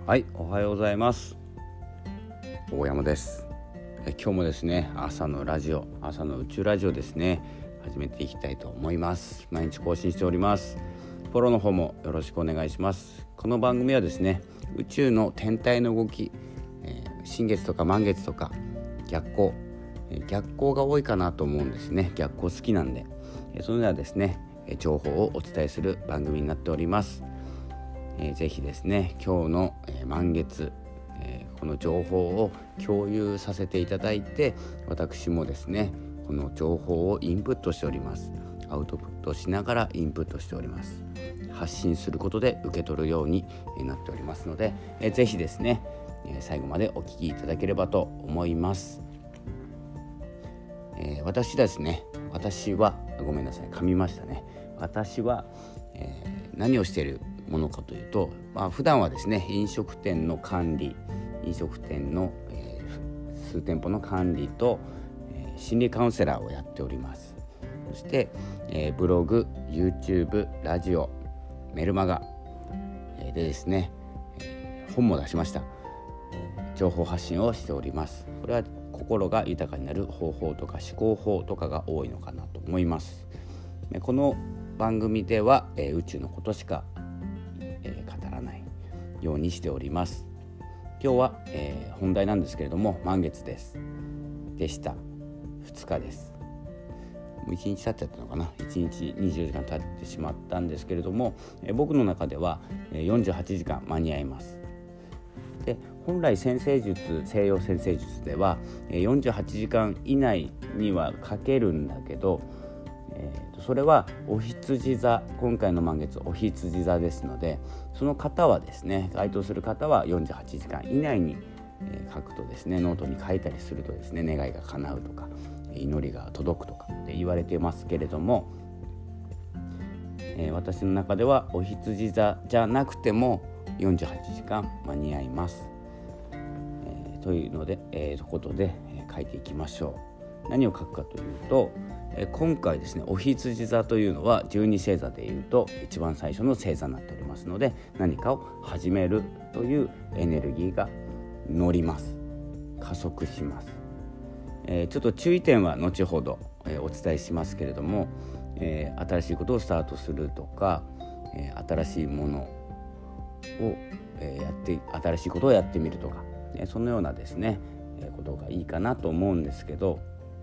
はい、おはようございます。大山です。今日もですね、朝の宇宙ラジオですね、始めていきたいと思います。毎日更新しております。フォローの方もよろしくお願いします。この番組はですね、宇宙の天体の動き、新月とか満月とか逆光が多いかなと思うんですね。逆光好きなんで、それではですね、情報をお伝えする番組になっております。ぜひですね、今日の、満月、この情報を共有させていただいて、私もですねこの情報をインプットしております。アウトプットしながらインプットしております。発信することで受け取るようになっておりますので、ぜひですね、最後までお聞きいただければと思います。私はごめんなさい、噛みましたね。私は、何をしているものかというと、普段はですね、飲食店の管理、数店舗の管理と、心理カウンセラーをやっております。そして、ブログ、YouTube、ラジオ、メルマガ、でですね、本も出しました。情報発信をしております。これは心が豊かになる方法とか思考法とかが多いのかなと思います。この番組では、宇宙のことしか、語らないようにしております。今日は、本題なんですけれども、満月でした。2日です。もう1日経っちゃったのかな。1日24時間経ってしまったんですけれども、僕の中では48時間間に合います。で、本来西洋占星術では48時間以内には書けるんだけど、それはお羊座、今回の満月お羊座ですので、その方はですね、該当する方は48時間以内に書くとですね、ノートに書いたりするとですね、願いが叶うとか祈りが届くとかって言われていますけれども、私の中ではお羊座じゃなくても48時間間に合います。というので、ことで書いていきましょう。何を書くかというと、今回ですね、お羊座というのは12星座でいうと一番最初の星座になっておりますので、何かを始めるというエネルギーが乗ります。加速します。ちょっと注意点は後ほど、お伝えしますけれども、新しいことをスタートするとか、新しいものを、新しいことをやってみるとか、そのようなですね、ことがいいかなと思うんですけど、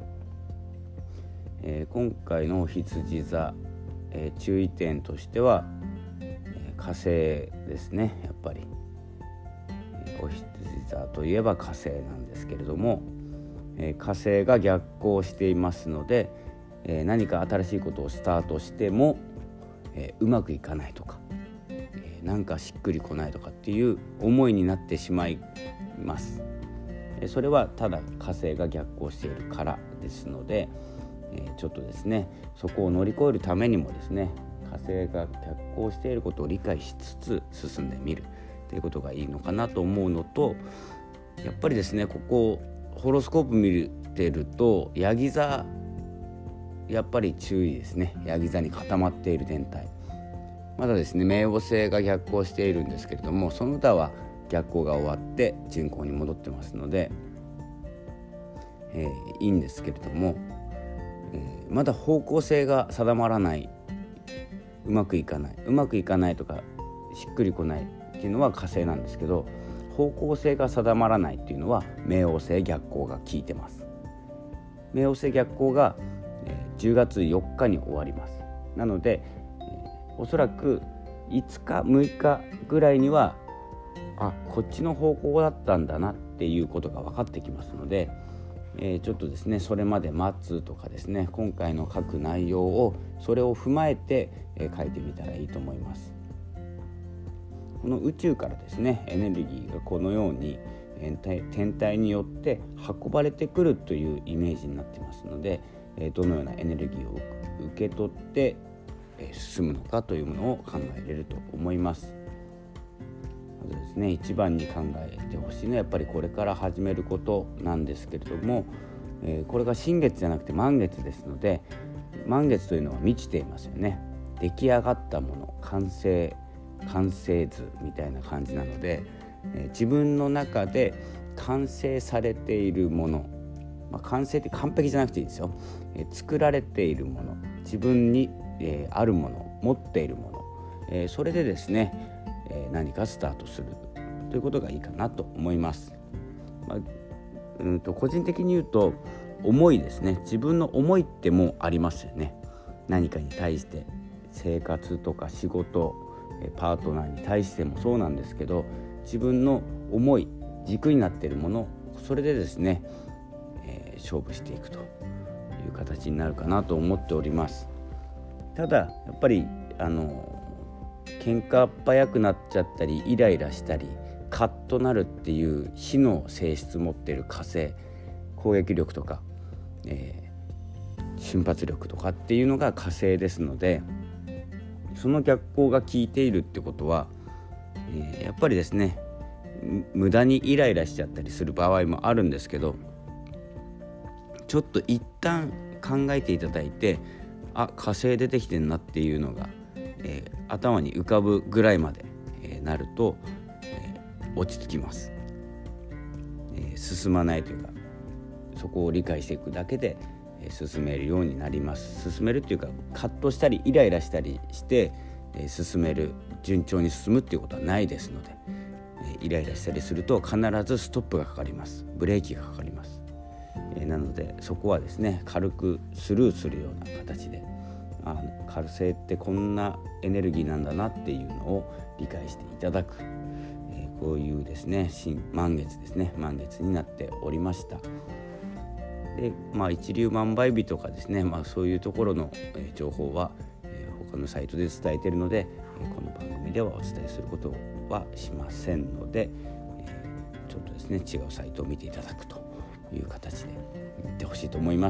今回のお羊座、注意点としては、火星ですね。やっぱり、お羊座といえば火星なんですけれども、火星が逆行していますので、何か新しいことをスタートしても、うまくいかないとか、なんかしっくりこないとかっていう思いになってしまいます。それはただ火星が逆行しているからですので、ちょっとですね、そこを乗り越えるためにもですね、火星が逆行していることを理解しつつ進んでみるということがいいのかなと思うのと、やっぱりですね、ここホロスコープ見てるとヤギ座、やっぱり注意ですね。ヤギ座に固まっている天体、まだですね、冥王星が逆行しているんですけれども、その他は逆行が終わって順行に戻ってますので、いいんですけれども、まだ方向性が定まらない、うまくいかないとかしっくりこないっていうのは火星なんですけど、方向性が定まらないっていうのは冥王星逆行が効いてます。冥王星逆行が10月4日に終わります。なので、おそらく5日6日ぐらいにはこっちの方向だったんだなっていうことが分かってきますので、ちょっとですね、それまで待つとかですね、今回の書く内容をそれを踏まえて、書いてみたらいいと思います。この宇宙からですね、エネルギーがこのように天体によって運ばれてくるというイメージになっていますので、どのようなエネルギーを受け取って進むのかというものを考えれると思います。まずですね、一番に考えてほしいのはやっぱりこれから始めることなんですけれども、これが新月じゃなくて満月ですので、満月というのは満ちていますよね。出来上がったもの、完成図みたいな感じなので、 自分の中で完成されているもの、完成って完璧じゃなくていいですよ、作られているもの、自分に、あるもの、持っているもの、それでですね、何かスタートするということがいいかなと思います。個人的に言うと思いですね。自分の思いってもうありますよね。何かに対して、生活とか仕事、パートナーに対してもそうなんですけど、自分の思い、軸になっているもの、それでですね、勝負していくという形になるかなと思っております。ただやっぱり喧嘩早くなっちゃったり、イライラしたり、カッとなるっていう火の性質持っている火星、攻撃力とか、瞬発力とかっていうのが火星ですので、その逆行が効いているってことは、やっぱりですね、無駄にイライラしちゃったりする場合もあるんですけど、ちょっと一旦考えていただいて、火星出てきてんなっていうのが、頭に浮かぶぐらいまで、なると、落ち着きます。進まないというか、そこを理解していくだけで、進めるようになります。進めるっていうか、カッとしたりイライラしたりして、進める、順調に進むっていうことはないですので、イライラしたりすると必ずストップがかかります。ブレーキがかかります。なのでそこはですね、軽くスルーするような形で、火星ってこんなエネルギーなんだなっていうのを理解していただく、こういうですね、満月ですね、満月になっておりました。で、一粒万倍日とかですね、そういうところの、情報は、他のサイトで伝えているので、この番組ではお伝えすることはしませんので、ちょっとですね、違うサイトを見ていただくという形でいってほしいと思います。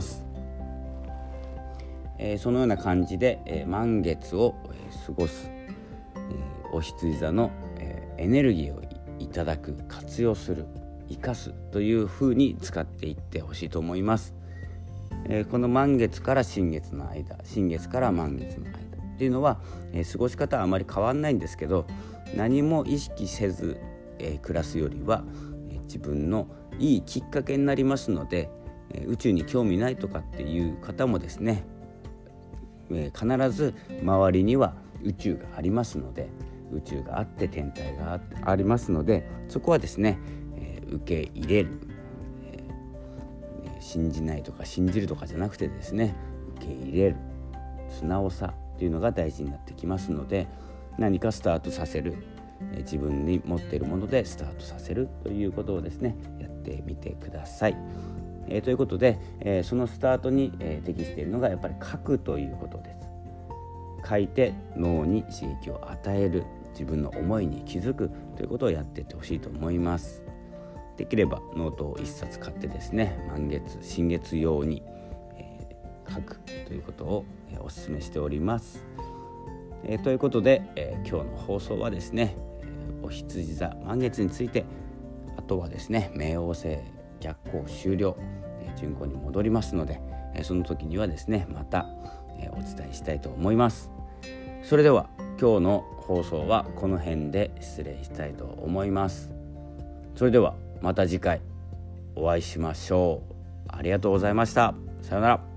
そのような感じで、満月を、過ごす、お羊座の、エネルギーをいただく、活用する、生かすという風に使っていってほしいと思います。この満月から新月の間、新月から満月の間っていうのは、過ごし方はあまり変わんないんですけど、何も意識せず、暮らすよりは、自分のいいきっかけになりますので、宇宙に興味ないとかっていう方もですね、必ず周りには宇宙がありますので、宇宙があって天体がありますので、そこはですね、受け入れる、信じないとか信じるとかじゃなくてですね、受け入れる素直さっていうのが大事になってきますので、何かスタートさせる、自分に持っているものでスタートさせるということをですね、やってみてください。ということで、そのスタートに、適しているのがやっぱり書くということです。書いて脳に刺激を与える、自分の思いに気づくということをやっていってほしいと思います。できればノートを1冊買ってですね、満月新月用に、書くということを、お勧めしております。ということで、今日の放送はですね、お羊座満月について、あとはですね、冥王星逆行終了、順行に戻りますので、その時にはですね、また、お伝えしたいと思います。それでは今日の放送はこの辺で失礼したいと思います。それではまた次回お会いしましょう。ありがとうございました。さようなら。